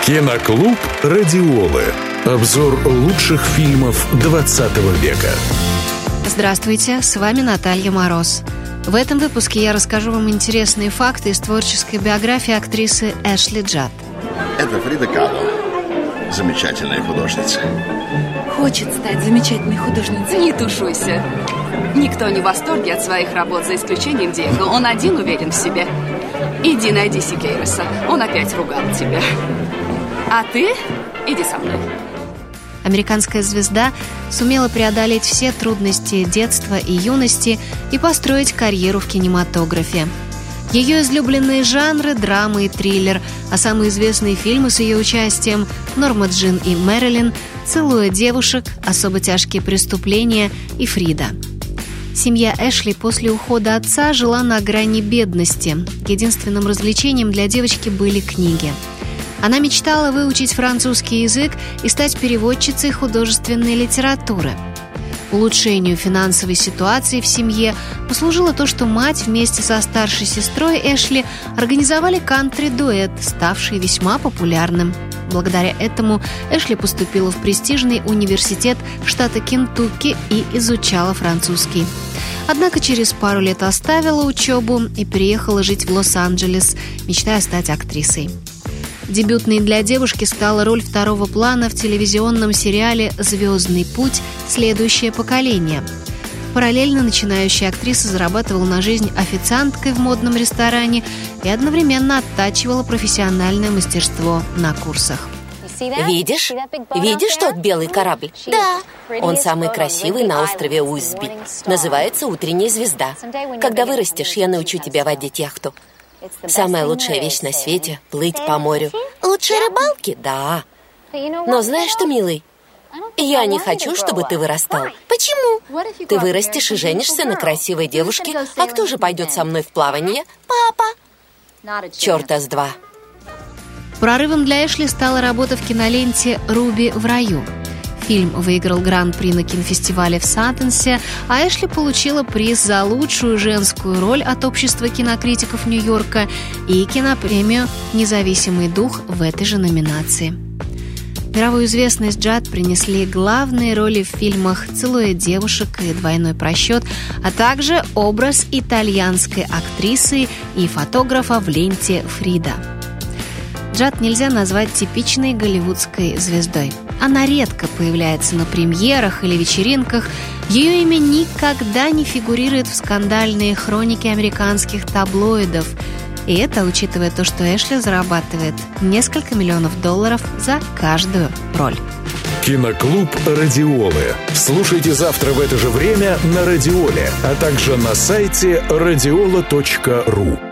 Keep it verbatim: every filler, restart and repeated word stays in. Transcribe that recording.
Киноклуб «Радиолы». Обзор лучших фильмов двадцатого века. Здравствуйте, с вами Наталья Мороз. В этом выпуске я расскажу вам интересные факты из творческой биографии актрисы Эшли Джад. Это Фрида Кало. Замечательная художница. Хочет стать замечательной художницей. Не тушуйся. Никто не в восторге от своих работ, за исключением Диего. Он один уверен в себе. Иди найди Сикейроса. Он опять ругал тебя. А ты иди со мной. Американская звезда сумела преодолеть все трудности детства и юности и построить карьеру в кинематографе. Ее излюбленные жанры – драма и триллер, а самые известные фильмы с ее участием – «Норма Джин и Мэрилин», «Целуя девушек», «Особо тяжкие преступления» и «Фрида». Семья Эшли после ухода отца жила на грани бедности. Единственным развлечением для девочки были книги. Она мечтала выучить французский язык и стать переводчицей художественной литературы. Улучшению финансовой ситуации в семье послужило то, что мать вместе со старшей сестрой Эшли организовали кантри-дуэт, ставший весьма популярным. Благодаря этому Эшли поступила в престижный университет штата Кентукки и изучала французский. Однако через пару лет оставила учебу и переехала жить в Лос-Анджелес, мечтая стать актрисой. Дебютной для девушки стала роль второго плана в телевизионном сериале «Звездный путь. Следующее поколение». Параллельно начинающая актриса зарабатывала на жизнь официанткой в модном ресторане и одновременно оттачивала профессиональное мастерство на курсах. Видишь? Видишь тот белый корабль? Да. Он самый красивый на острове Уизби. Называется «Утренняя звезда». Когда вырастешь, я научу тебя водить яхту. Самая лучшая вещь на свете – плыть по морю. Лучшие рыбалки? Да. Но знаешь что, милый? Я не хочу, чтобы ты вырастал. Почему? Ты вырастешь и женишься на красивой девушке, а кто же пойдет со мной в плавание? Папа. Чёрта с два. Прорывом для Эшли стала работа в киноленте «Руби в раю». Фильм выиграл гран-при на кинофестивале в Саттенсе, а Эшли получила приз за лучшую женскую роль от Общества кинокритиков Нью-Йорка и кинопремию «Независимый дух» в этой же номинации. Мировую известность Джад принесли главные роли в фильмах «Целуя девушек» и «Двойной просчет», а также образ итальянской актрисы и фотографа в ленте «Фрида». Джад нельзя назвать типичной голливудской звездой. Она редко появляется на премьерах или вечеринках. Ее имя никогда не фигурирует в скандальной хронике американских таблоидов. И это учитывая то, что Эшли зарабатывает несколько миллионов долларов за каждую роль. Киноклуб «Радиолы». Слушайте завтра в это же время на Радиоле, а также на сайте радиола точка ру.